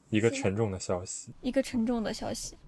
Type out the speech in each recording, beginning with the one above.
一个沉重的消息， 一个沉重的消息。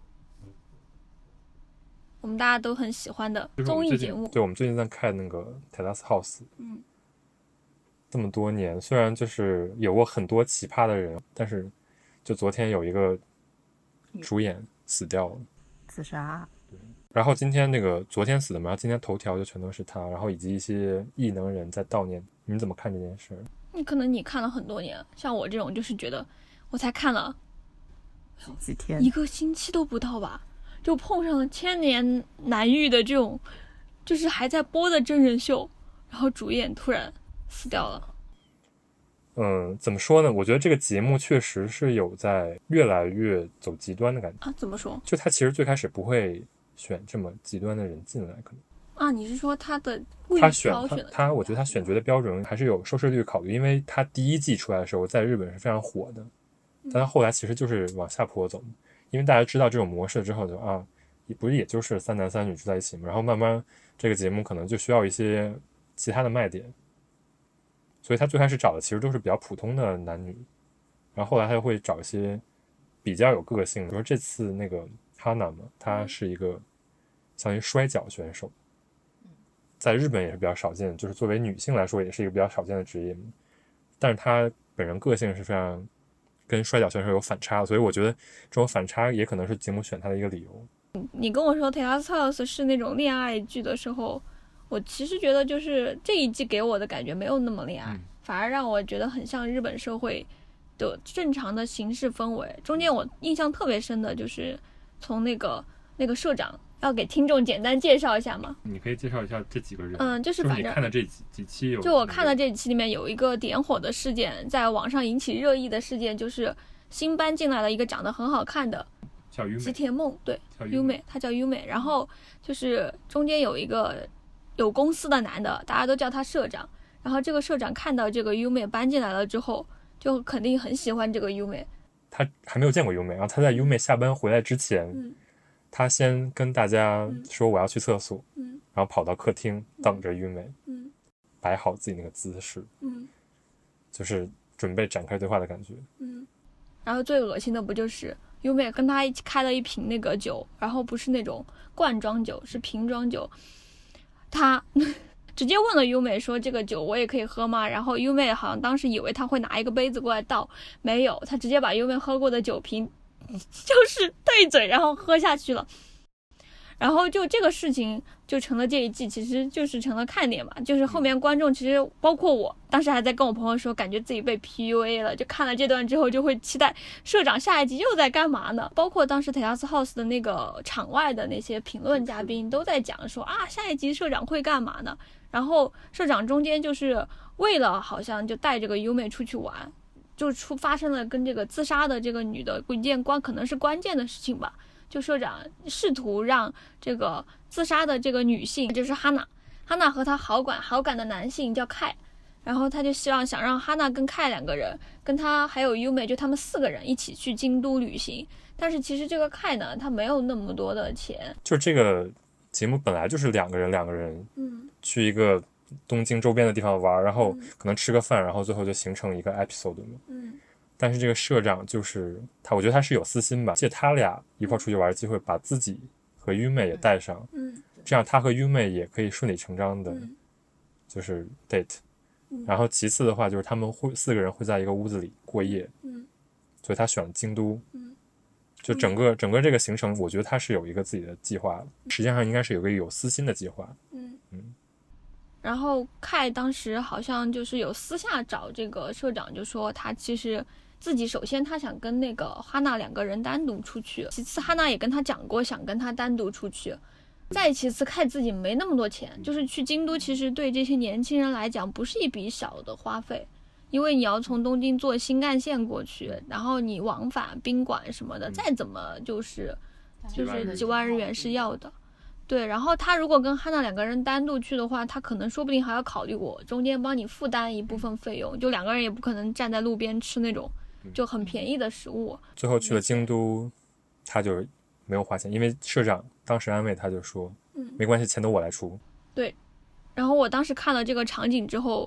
我们大家都很喜欢的综艺节目， 对，我们最近在看那个 Terrace House，这么多年，虽然就是有过很多奇葩的人，但是就昨天有一个主演死掉了， 自杀。 然后今天那个昨天死的嘛，然后今天头条就全都是他，然后以及一些异能人在悼念。你怎么看这件事？ 可能你看了很多年，像我这种就是觉得我才看了几天 1个星期都不到吧，就碰上了千年难遇的这种就是还在播的真人秀，然后主演突然死掉了。 怎么说呢？我觉得这个节目确实是有在越来越走极端的感觉啊。怎么说？ 就他其实最开始不会选这么极端的人进来，可能啊，你是说他的他选他，我觉得他选角的标准还是有收视率考虑，因为他第一季出来的时候在日本是非常火的，但他后来其实就是往下坡走，因为大家知道这种模式之后就也就是3男3女住在一起嘛，然后慢慢这个节目可能就需要一些其他的卖点，所以他最开始找的其实都是比较普通的男女，然后后来他又会找一些比较有个性的，比如说这次那个哈娜嘛，她是一个相当于摔跤选手，在日本也是比较少见，就是作为女性来说也是一个比较少见的职业，但是她本人个性是非常跟摔跤选手有反差的，所以我觉得这种反差也可能是节目选她的一个理由。 你跟我说 Terrace House 是那种恋爱剧的时候，我其实觉得就是这一季给我的感觉没有那么恋爱，反而让我觉得很像日本社会的正常的形式氛围。中间我印象特别深的就是从那个社长，要给听众简单介绍一下吗？ 你可以介绍一下这几个人。 就是反正你看的这几期有， 就我看的这几期里面有一个点火的事件，在网上引起热议的事件，就是新搬进来了一个长得很好看的叫优美吉田梦，对，优美，他叫优美。然后就是中间有一个有公司的男的，大家都叫他社长。然后这个社长看到这个优美搬进来了之后，就肯定很喜欢这个优美。 他还没有见过优美，然后他在优美下班回来之前，他先跟大家说我要去厕所，然后跑到客厅等着优美，摆好自己那个姿势，就是准备展开对话的感觉。 然后最恶心的不就是优美跟他一起开了一瓶那个酒，然后不是那种罐装酒，是瓶装酒，他直接问了优美说这个酒我也可以喝吗？然后优美好像当时以为他会拿一个杯子过来倒，没有，他直接把优美喝过的酒瓶就是对嘴然后喝下去了。然后就这个事情就成了这一季其实就是成了看点嘛，就是后面观众其实包括我当时还在跟我朋友说感觉自己被 PUA 了，就看了这段之后就会期待社长下一集又在干嘛呢。包括当时 Terrace House 的那个场外的那些评论嘉宾都在讲说下一集社长会干嘛呢，然后社长中间就是为了好像就带这个优美出去玩，就发生了跟这个自杀的这个女的一件可能是关键的事情吧，就社长试图让这个自杀的这个女性，就是哈娜和她好感的男性叫凯，然后他就想让哈娜跟凯两个人，跟他还有优美，就他们4个人一起去京都旅行。但是其实这个凯呢，他没有那么多的钱。 就这个节目本来就是两个人，去一个东京周边的地方玩，然后可能吃个饭，然后最后就形成一个 episode 嘛。但是这个社长就是他，我觉得他是有私心吧，借他俩一块出去玩的机会，把自己和优美也带上，这样他和优美也可以顺理成章的，就是 date。然后其次的话，就是他们4个人会在一个屋子里过夜，所以他选了京都。就整个这个行程，我觉得他是有一个自己的计划的，实际上应该是有个有私心的计划。 然后凯当时好像就是有私下找这个社长，就说他其实自己首先他想跟那个哈娜2个人单独出去，其次哈娜也跟他讲过想跟他单独出去，再其次凯自己没那么多钱，就是去京都其实对这些年轻人来讲不是一笔小的花费，因为你要从东京坐新干线过去，然后你往返宾馆什么的，再怎么就是几万日元是要的。对，然后他如果跟哈娜2个人单独去的话，他可能说不定还要考虑我中间帮你负担一部分费用，就2个人也不可能站在路边吃那种就很便宜的食物。 最后去了京都，他就没有花钱，因为社长当时安慰他就说，没关系，钱都我来出。 对，然后我当时看了这个场景之后，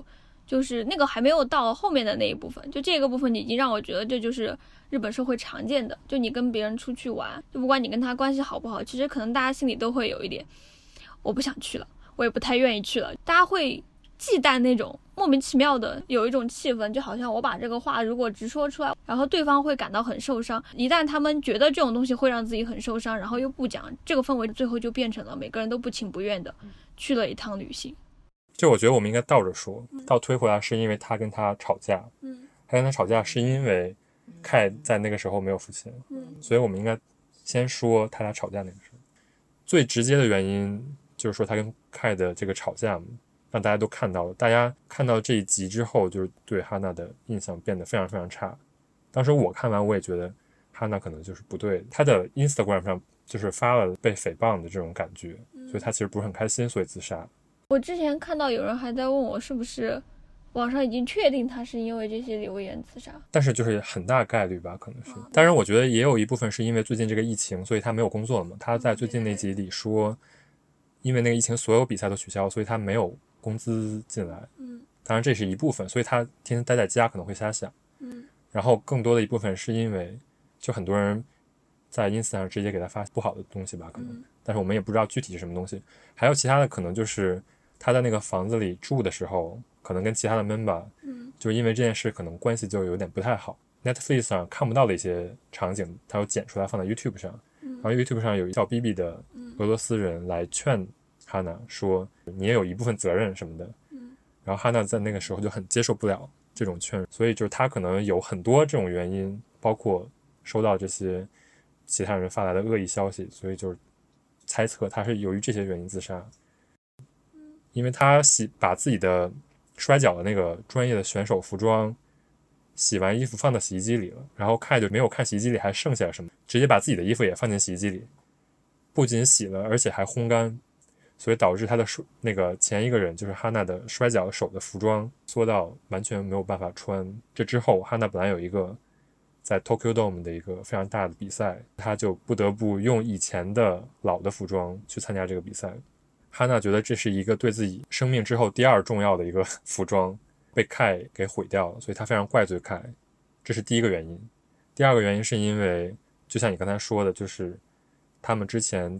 就是那个还没有到后面的那一部分，就这个部分已经让我觉得这就是日本社会常见的，就你跟别人出去玩，就不管你跟他关系好不好，其实可能大家心里都会有一点我不想去了，我也不太愿意去了，大家会忌惮那种莫名其妙的有一种气氛，就好像我把这个话如果直说出来，然后对方会感到很受伤，一旦他们觉得这种东西会让自己很受伤，然后又不讲，这个氛围最后就变成了每个人都不情不愿的去了一趟旅行。 就我觉得我们应该倒着说，倒推回来是因为他跟他吵架，他跟他吵架是因为凯在那个时候没有付钱，所以我们应该先说他俩吵架那个事。最直接的原因就是说他跟凯的这个吵架让大家都看到了，大家看到这一集之后就是对哈娜的印象变得非常非常差。当时我看完我也觉得哈娜可能就是不对的，他的 Instagram 上就是发了被诽谤的这种感觉，所以他其实不是很开心，所以自杀。 我之前看到有人还在问我是不是网上已经确定他是因为这些留言自杀， 但是就是很大概率吧，可能是。当然我觉得也有一部分是因为最近这个疫情，所以他没有工作了嘛。他在最近那集里说，因为那个疫情所有比赛都取消，所以他没有工资进来。当然这是一部分，所以他天天待在家可能会瞎想。然后更多的一部分是因为就很多人在 ins 上直接给他发不好的东西吧，可能。但是我们也不知道具体是什么东西。还有其他的可能就是他在那个房子里住的时候，可能跟其他的 member 就是因为这件事可能关系就有点不太好。Netflix 上看不到的一些场景他有剪出来放在 YouTube 上，然后 YouTube 上有叫 BB 的俄罗斯人来劝哈娜说你也有一部分责任什么的，然后哈娜在那个时候就很接受不了这种劝，所以就是他可能有很多这种原因，包括收到这些其他人发来的恶意消息，所以就是猜测他是由于这些原因自杀。因为他把自己的摔跤的那个专业的选手服装洗完衣服放到洗衣机里了，然后凯就没有看洗衣机里还剩下什么，直接把自己的衣服也放进洗衣机里，不仅洗了而且还烘干，所以导致他的那个前一个人就是哈娜的摔跤手的服装缩到完全没有办法穿。这之后哈娜本来有一个在 Tokyo Dome 的一个非常大的比赛，他就不得不用以前的老的服装去参加这个比赛。哈娜觉得这是一个对自己生命之后第二重要的一个服装被凯给毁掉了，所以他非常怪罪凯，这是第一个原因。第二个原因是因为就像你刚才说的，就是他们之前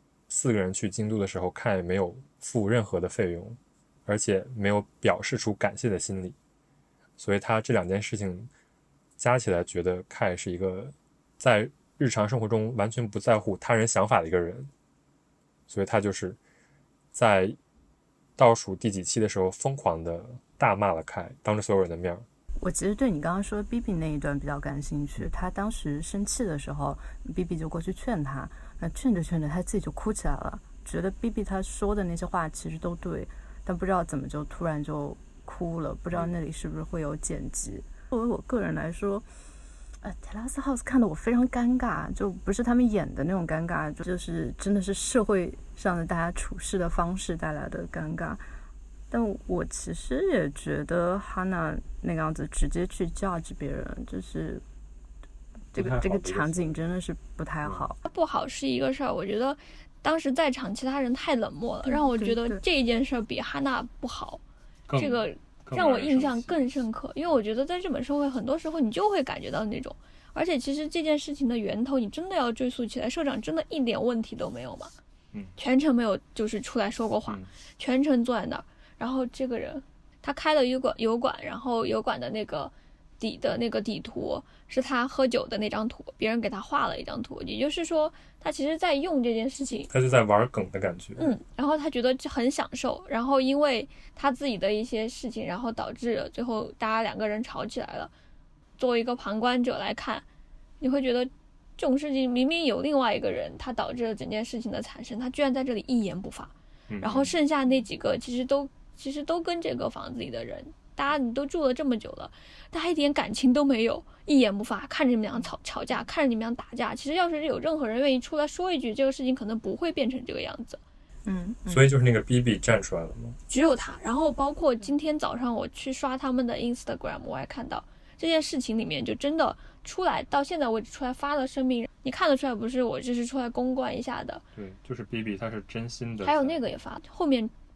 4个人去京都的时候，凯没有付任何的费用，而且没有表示出感谢的心理，所以他这2件事情加起来觉得凯是一个在日常生活中完全不在乎他人想法的一个人，所以他就是在倒数第几期的时候疯狂的大骂了凯，当着所有人的面。 我其实对你刚刚说 BB 那一段比较感兴趣，他当时生气的时候 BB 就过去劝他，那劝着劝着他自己就哭起来了，觉得 BB 他说的那些话其实都对，但不知道怎么就突然就哭了，不知道那里是不是会有剪辑。作为我个人来说Terrace House 看得我非常尴尬，就不是他们演的那种尴尬，就是真的是社会上的大家处事的方式带来的尴尬。但我其实也觉得哈娜那个样子直接去 judge 别人，就是这个场景真的是不太好。 不好是一个事儿，我觉得当时在场其他人太冷漠了，让我觉得这一件事比哈娜不好，这个让我印象更深刻。因为我觉得在日本社会很多时候你就会感觉到那种，而且其实这件事情的源头你真的要追溯起来，社长真的一点问题都没有嘛，全程没有就是出来说过话，全程坐在那儿。然后这个人他开了油管，然后油管的那个底图是他喝酒的那张图，别人给他画了一张图，也就是说他其实在用这件事情， 他是在玩梗的感觉。 然后他觉得很享受，然后因为他自己的一些事情，然后导致最后大家2个人吵起来了。作为一个旁观者来看，你会觉得这种事情明明有另外一个人他导致了整件事情的产生，他居然在这里一言不发，然后剩下那几个其实都跟这个房子里的人，大家你都住了这么久了，大家一点感情都没有，一言不发，看着你们俩吵架，看着你们俩打架。其实要是有任何人愿意出来说一句，这个事情可能不会变成这个样子。 所以就是那个 BB 站出来了吗？ 只有他。然后包括今天早上我去刷他们的 Instagram， 我还看到这件事情里面就真的出来，到现在为止出来发了声明，你看得出来不是我这是出来公关一下的。 对，就是 BB 他是真心的。 还有那个也发，后面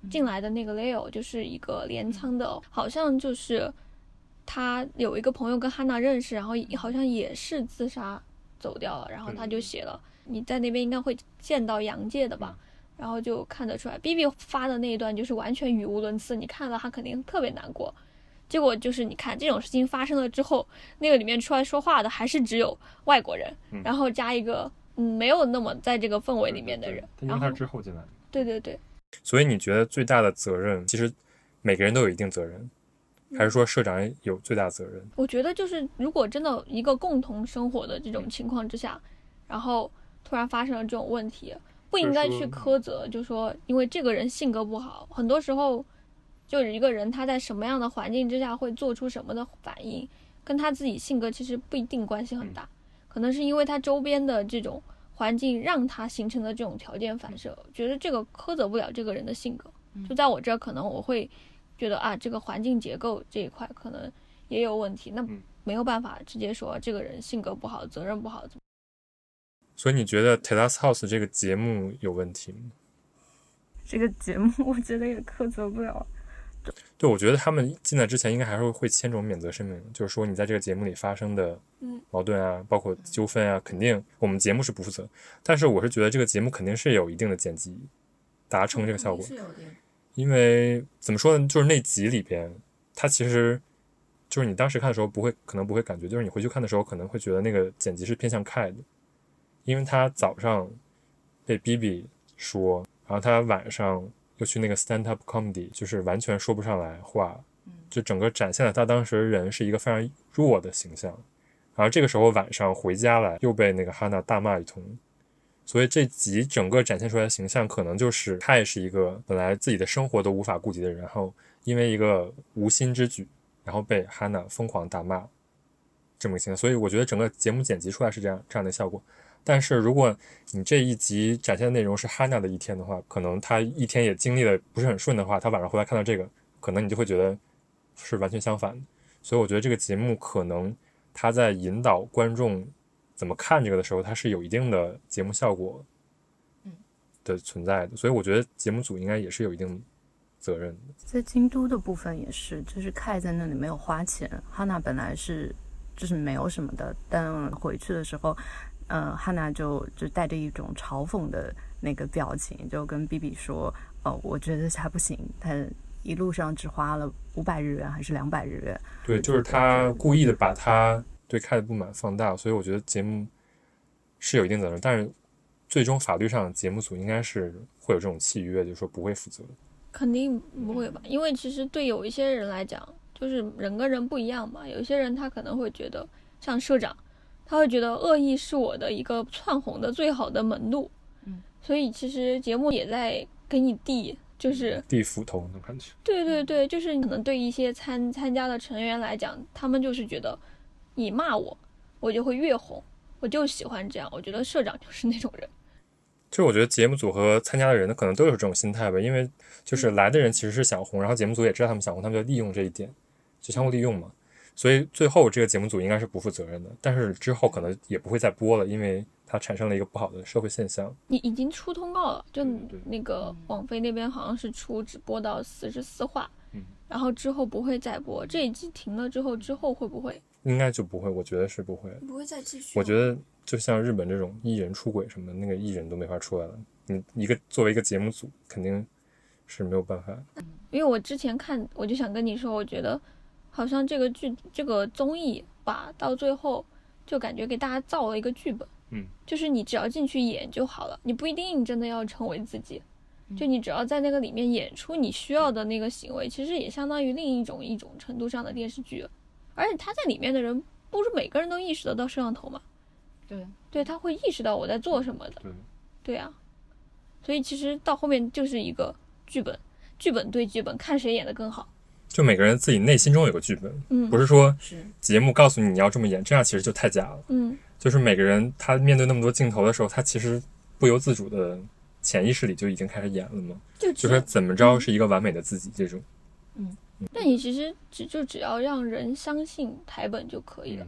进来的那个 Leo 就是一个镰仓的，好像就是他有一个朋友跟哈娜认识，然后好像也是自杀走掉了，然后他就写了你在那边应该会见到阳界的吧，然后就看得出来 BB 发的那一段就是完全语无伦次，你看了他肯定特别难过。结果就是你看这种事情发生了之后，那个里面出来说话的还是只有外国人，然后加一个没有那么在这个氛围里面的人， 因为他之后进来的。 对对对。 所以你觉得最大的责任，其实每个人都有一定责任，还是说社长有最大责任？ 我觉得就是如果真的一个共同生活的这种情况之下，然后突然发生了这种问题，不应该去苛责，就说因为这个人性格不好，很多时候就是一个人他在什么样的环境之下会做出什么的反应，跟他自己性格其实不一定关系很大，可能是因为他周边的这种环境让他形成的这种条件反射，觉得这个苛责不了这个人的性格。就在我这儿，可能我会觉得啊，这个环境结构这一块可能也有问题，那没有办法直接说这个人性格不好，责任不好。 所以你觉得 Terrace House 这个节目有问题吗？ 这个节目我觉得也苛责不了。 对，我觉得他们进来之前应该还是会签这种免责声明，就是说你在这个节目里发生的矛盾啊，包括纠纷啊，肯定我们节目是不负责。但是我是觉得这个节目肯定是有一定的剪辑达成这个效果，因为怎么说呢，就是那集里边，它其实就是你当时看的时候可能不会感觉，就是你回去看的时候可能会觉得那个剪辑是偏向Kai的，因为他早上被 BB 说，然后他晚上又去那个 stand up comedy， 就是完全说不上来话，就整个展现了他当时人是一个非常弱的形象，然后这个时候晚上回家来又被那个哈娜大骂一通，所以这集整个展现出来的形象可能就是他也是一个本来自己的生活都无法顾及的人，然后因为一个无心之举，然后被哈娜疯狂大骂这么一个形象，所以我觉得整个节目剪辑出来是这样的效果。但是如果你这一集展现的内容是哈娜的一天的话，可能他一天也经历的不是很顺的话，他晚上回来看到这个，可能你就会觉得是完全相反的。所以我觉得这个节目可能他在引导观众怎么看这个的时候，它是有一定的节目效果的存在的，所以我觉得节目组应该也是有一定责任的。 在京都的部分也是，就是Kai在那里没有花钱，哈娜本来是就是没有什么的，但回去的时候哈娜就带着一种嘲讽的那个表情，就跟 BB 说我觉得他不行，他一路上只花了500日元还是200日元。 对，就是他故意的把他对Kai的不满放大，所以我觉得节目是有一定责任，但是最终法律上节目组应该是会有这种契约，就是说不会负责。 肯定不会吧，因为其实对有一些人来讲，就是人跟人不一样嘛，有些人他可能会觉得像社长，他会觉得恶意是我的一个窜红的最好的门路，所以其实节目也在给你就是递斧头那种感觉。 对对对，就是可能对一些参加的成员来讲，他们就是觉得你骂我就会越红，我就喜欢这样。我觉得社长就是那种人。 就是我觉得节目组和参加的人可能都有这种心态吧，因为就是来的人其实是想红，然后节目组也知道他们想红，他们就利用这一点，就相互利用嘛。所以最后这个节目组应该是不负责任的，但是之后可能也不会再播了，因为它产生了一个不好的社会现象。 你已经出通告了，就那个网飞那边好像是只播到44话，然后之后不会再播。这一季停了之后会不会？ 应该就不会，我觉得是不会， 不会再继续。 我觉得就像日本这种艺人出轨什么的，那个艺人都没法出来了，你作为一个节目组肯定是没有办法。 因为我之前看，我就想跟你说，我觉得好像这个综艺吧，到最后就感觉给大家造了一个剧本，就是你只要进去演就好了，你不一定真的要成为自己，就你只要在那个里面演出你需要的那个行为，其实也相当于另一种程度上的电视剧。而且他在里面的人不是每个人都意识得到摄像头嘛？对，他会意识到我在做什么的。对啊，所以其实到后面就是一个剧本对剧本，看谁演得更好。 就每个人自己内心中有个剧本，不是说节目告诉你要这么演，这样其实就太假了。就是每个人他面对那么多镜头的时候，他其实不由自主的潜意识里就已经开始演了嘛，就说怎么着是一个完美的自己这种。 但你其实只要让人相信台本就可以了，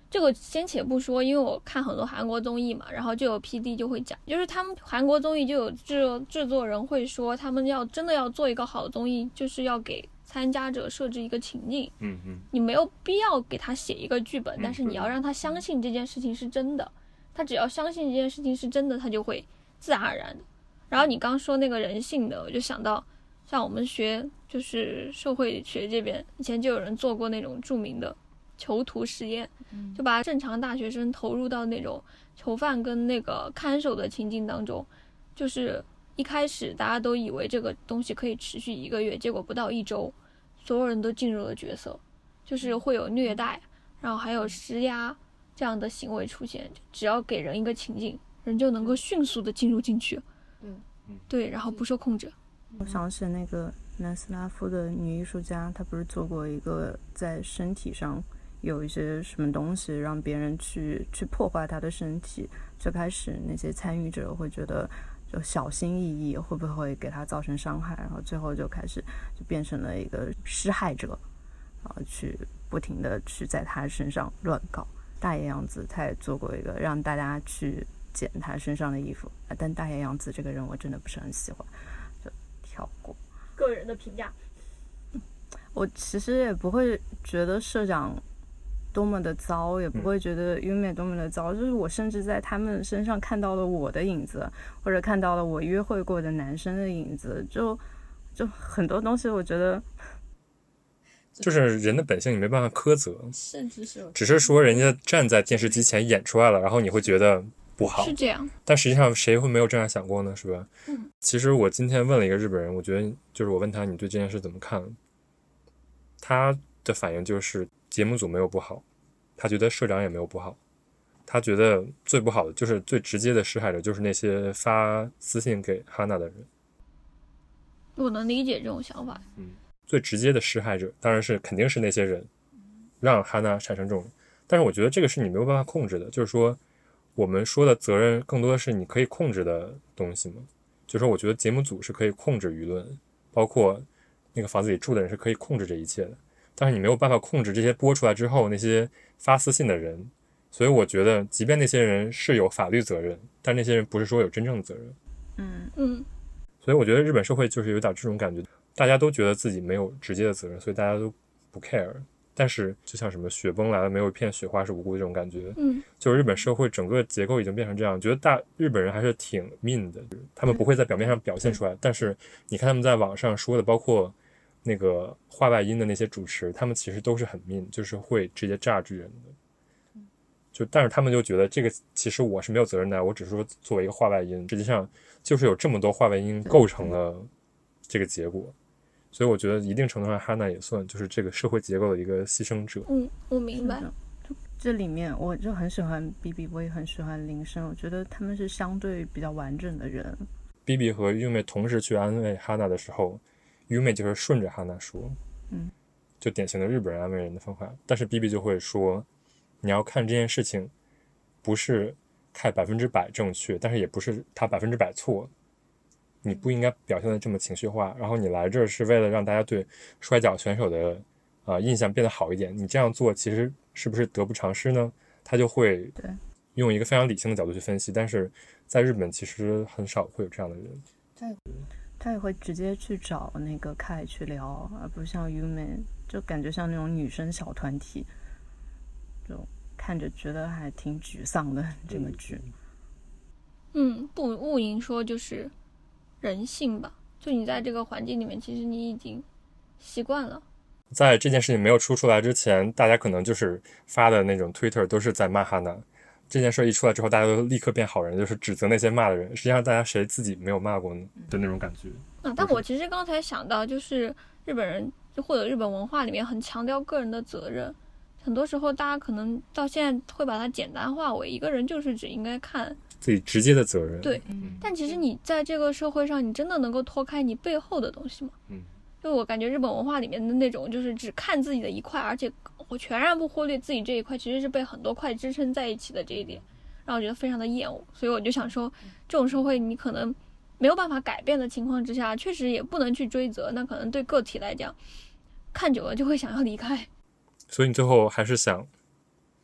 这个先且不说，因为我看很多韩国综艺嘛，然后就有 PD 就会讲，就是他们韩国综艺就有制作人会说，他们真的要做一个好的综艺，就是要给参加者设置一个情境。你没有必要给他写一个剧本，但是你要让他相信这件事情是真的。他只要相信这件事情是真的，他就会自然而然的。然后你刚说那个人性的，我就想到像我们学就是社会学这边，以前就有人做过那种著名的囚徒实验，就把正常大学生投入到那种囚犯跟那个看守的情境当中，就是一开始大家都以为这个东西可以持续1个月，结果不到1周，所有人都进入了角色，就是会有虐待，然后还有施压这样的行为出现，只要给人一个情境，人就能够迅速的进入进去。对，然后不受控制。 我想起那个南斯拉夫的女艺术家，她不是做过一个在身体上有一些什么东西让别人去破坏她的身体，最开始那些参与者会觉得就小心翼翼，会不会给她造成伤害，然后最后就开始就变成了一个施害者，然后去不停的去在她身上乱搞。大野洋子她也做过一个让大家去捡她身上的衣服，但大野洋子这个人我真的不是很喜欢，就跳过。 个人的评价， 我其实也不会觉得社长多么的糟，也不会觉得优美多么的糟，就是我甚至在他们身上看到了我的影子，或者看到了我约会过的男生的影子，就很多东西我觉得就是人的本性你没办法苛责， 甚至是只是说人家站在电视机前演出来了，然后你会觉得不好， 是这样， 但实际上谁会没有这样想过呢，是吧？其实我今天问了一个日本人，我觉得就是我问他你对这件事怎么看，他的反应就是节目组没有不好，他觉得社长也没有不好，他觉得最不好的就是最直接的施害者就是那些发私信给哈娜的人。 我能理解这种想法。 最直接的施害者当然是肯定是那些人让哈娜产生这种，但是我觉得这个是你没有办法控制的，就是说我们说的责任更多的是你可以控制的东西嘛，就是说我觉得节目组是可以控制舆论，包括那个房子里住的人是可以控制这一切的，但是你没有办法控制这些播出来之后那些发私信的人，所以我觉得即便那些人是有法律责任，但那些人不是说有真正的责任。所以我觉得日本社会就是有点这种感觉，大家都觉得自己没有直接的责任，所以大家都不 care， 但是就像什么雪崩来了没有一片雪花是无辜的这种感觉，就是日本社会整个结构已经变成这样，觉得日本人还是挺 mean 的，他们不会在表面上表现出来，但是你看他们在网上说的，包括那个话外音的那些主持，他们其实都是很 mean， 就是会直接榨取人的，但是他们就觉得这个其实我是没有责任的，我只是说作为一个话外音，实际上就是有这么多话外音构成了这个结果，所以我觉得一定程度上哈娜也算就是这个社会结构的一个牺牲者。 我明白。 这里面我就很喜欢 BB， 我也很喜欢林生，我觉得他们是相对比较完整的人。 BB 和优美同时去安慰哈娜的时候，优美就是顺着哈娜说，就典型的日本人安慰人的方法，但是 BB 就会说你要看这件事情不是看100%正确，但是也不是他100%错，你不应该表现得这么情绪化，然后你来这儿是为了让大家对摔跤选手的印象变得好一点，你这样做其实是不是得不偿失呢？他就会用一个非常理性的角度去分析，但是在日本其实很少会有这样的人， 他也会直接去找那个凯去聊，而不像优美就感觉像那种女生小团体，就看着觉得还挺沮丧的这个剧。 不误营说就是人性吧，就你在这个环境里面其实你已经习惯了。 在这件事情没有出来之前，大家可能就是发的那种 Twitter 都是在骂哈娜，这件事一出来之后大家都立刻变好人，就是指责那些骂的人，实际上大家谁自己没有骂过呢的那种感觉。 但我其实刚才想到就是日本人或者日本文化里面很强调个人的责任，很多时候大家可能到现在会把它简单化为一个人就是只应该看自己直接的责任。 对，但其实你在这个社会上你真的能够脱开你背后的东西吗？就我感觉日本文化里面的那种就是只看自己的一块，而且我全然不忽略自己这一块其实是被很多块支撑在一起的，这一点让我觉得非常的厌恶。所以我就想说这种社会你可能没有办法改变的情况之下，确实也不能去追责，那可能对个体来讲看久了就会想要离开。 所以你最后还是想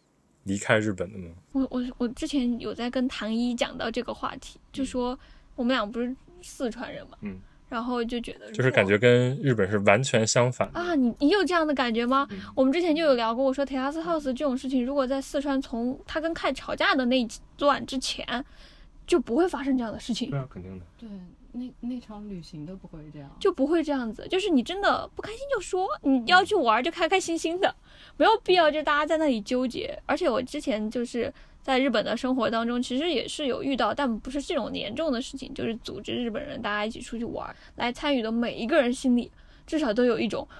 离开日本的吗？ 我之前有在跟唐一讲到这个话题，就说我们俩不是四川人嘛，然后就觉得就是感觉跟日本是完全相反的啊。你有这样的感觉吗？我们之前就有聊过，我说 Terrace House 这种事情，如果在四川从他跟Kai吵架的那一段之前，就不会发生这样的事情。 对啊，肯定的。 对，那场旅行都不会这样， 就不会这样子。就是你真的不开心就说，你要去玩就开开心心的，没有必要就大家在那里纠结。而且我之前就是在日本的生活当中，其实也是有遇到，但不是这种严重的事情，就是组织日本人大家一起出去玩，来参与的每一个人心里至少都有一种，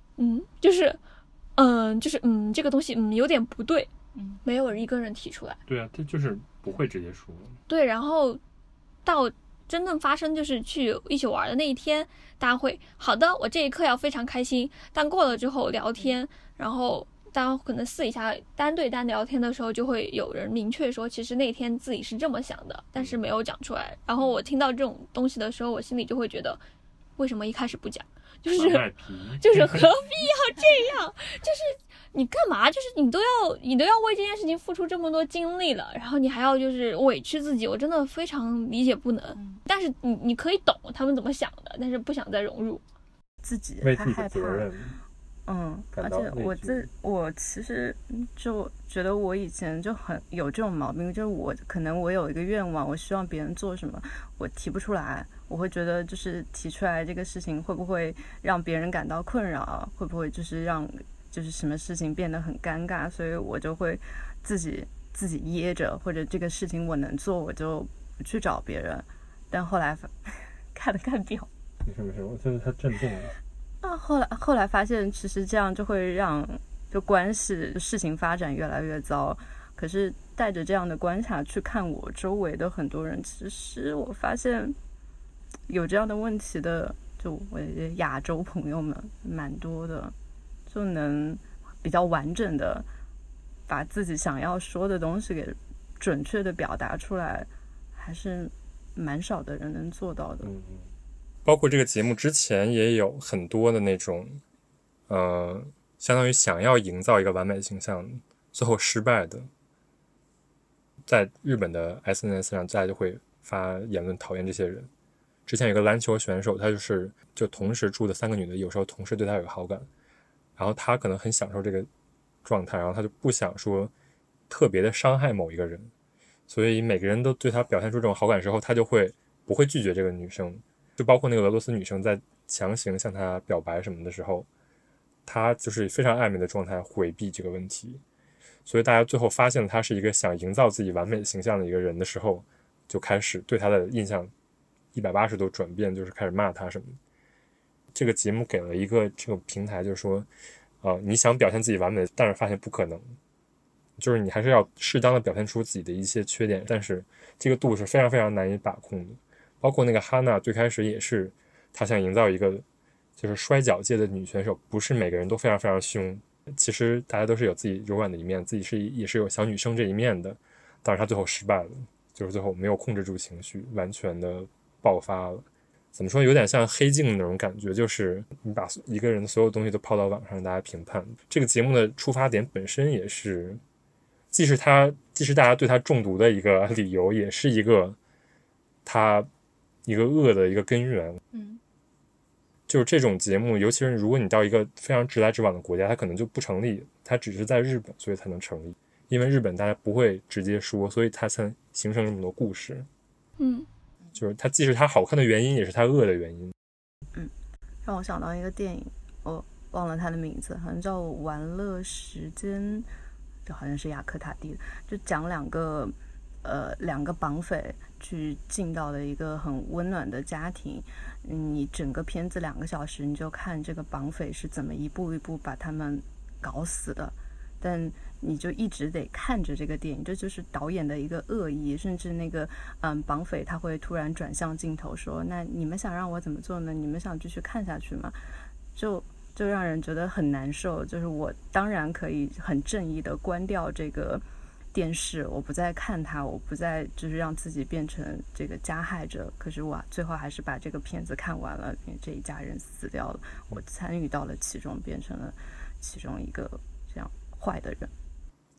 这个东西有点不对，没有一个人提出来。 对啊，他就是不会直接说。 对，然后到真正发生就是去一起玩的那一天，大家会好的，我这一刻要非常开心。但过了之后聊天，然后大家可能私底下单对单聊天的时候，就会有人明确说，其实那天自己是这么想的，但是没有讲出来。然后我听到这种东西的时候，我心里就会觉得，为什么一开始不讲？就是何必要这样？就是你干嘛？就是你都要为这件事情付出这么多精力了，然后你还要就是委屈自己，我真的非常理解不能。但是你可以懂他们怎么想的，但是不想再融入自己， 为自己的责任。 而且我其实就觉得我以前就很有这种毛病，就是我可能我有一个愿望，我希望别人做什么，我提不出来，我会觉得就是提出来这个事情会不会让别人感到困扰，会不会就是让就是什么事情变得很尴尬，所以我就会自己噎着，或者这个事情我能做我就不去找别人。但后来看了看表， 没事，我觉得他镇定了。 后来发现，其实这样就会让就事情发展越来越糟。可是带着这样的观察去看我周围的很多人，其实我发现有这样的问题的，就我的亚洲朋友们蛮多的，就能比较完整的把自己想要说的东西给准确的表达出来，还是蛮少的人能做到的。 包括这个节目之前也有很多的那种相当于想要营造一个完美形象最后失败的，在日本的 SNS 上大家就会发言论讨厌这些人。之前有个篮球选手，他就同时住的3个女的有时候同时对他有好感，然后他可能很享受这个状态，然后他就不想说特别的伤害某一个人，所以每个人都对他表现出这种好感的时候，他就不会拒绝这个女生。就包括那个俄罗斯女生在强行向他表白什么的时候，他就是非常暧昧的状态回避这个问题。所以大家最后发现他是一个想营造自己完美形象的一个人的时候，就开始对他的印象180度转变，就是开始骂他什么的。这个节目给了一个这个平台，就是说你想表现自己完美，但是发现不可能，就是你还是要适当的表现出自己的一些缺点，但是这个度是非常非常难以把控的。包括那个哈娜最开始也是她想营造一个就是摔跤界的女选手，不是每个人都非常非常凶，其实大家都是有自己柔软的一面，自己也是有小女生这一面的。但是她最后失败了，就是最后没有控制住情绪，完全的爆发了。怎么说，有点像黑镜的那种感觉，就是你把一个人的所有东西都抛到网上让大家评判。这个节目的出发点本身也是既是大家对他中毒的一个理由，也是一个他一个恶的一个根源。就是这种节目，尤其是如果你到一个非常直来直往的国家，它可能就不成立，它只是在日本所以才能成立，因为日本大家不会直接说，所以它才形成这么多故事。就是它既是它好看的原因，也是它恶的原因。 让我想到一个电影，我忘了它的名字，好像叫《玩乐时间》，就好像是雅克塔蒂的，就讲两个绑匪去进到了一个很温暖的家庭。你整个片子2个小时，你就看这个绑匪是怎么一步一步把他们搞死的，但你就一直得看着这个电影，这就是导演的一个恶意。甚至那个绑匪他会突然转向镜头说，那你们想让我怎么做呢？你们想继续看下去吗？就让人觉得很难受。就是我当然可以很正义的关掉这个电视，我不再看它，我不再就是让自己变成这个加害者，可是我最后还是把这个片子看完了，因为这一家人死掉了，我参与到了其中，变成了其中一个这样坏的人。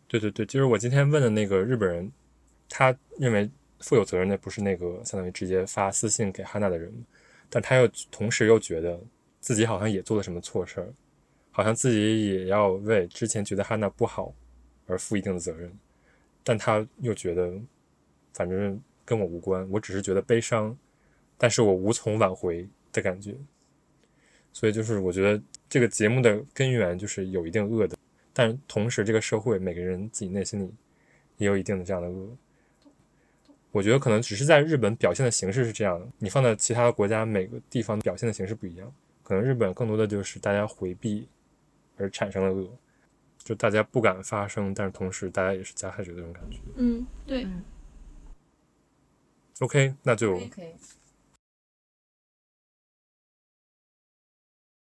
对对对，就是我今天问的那个日本人，他认为负有责任的不是那个相当于直接发私信给哈娜的人，但他又同时又觉得自己好像也做了什么错事儿，好像自己也要为之前觉得哈娜不好而负一定的责任，但他又觉得反正跟我无关，我只是觉得悲伤，但是我无从挽回的感觉。所以就是我觉得这个节目的根源就是有一定恶的，但同时这个社会每个人自己内心里也有一定的这样的恶。我觉得可能只是在日本表现的形式是这样的，你放在其他的国家每个地方表现的形式不一样，可能日本更多的就是大家回避而产生了恶，就大家不敢发声，但是同时大家也是加害者的这种感觉。 对。 嗯 OK， 那就可以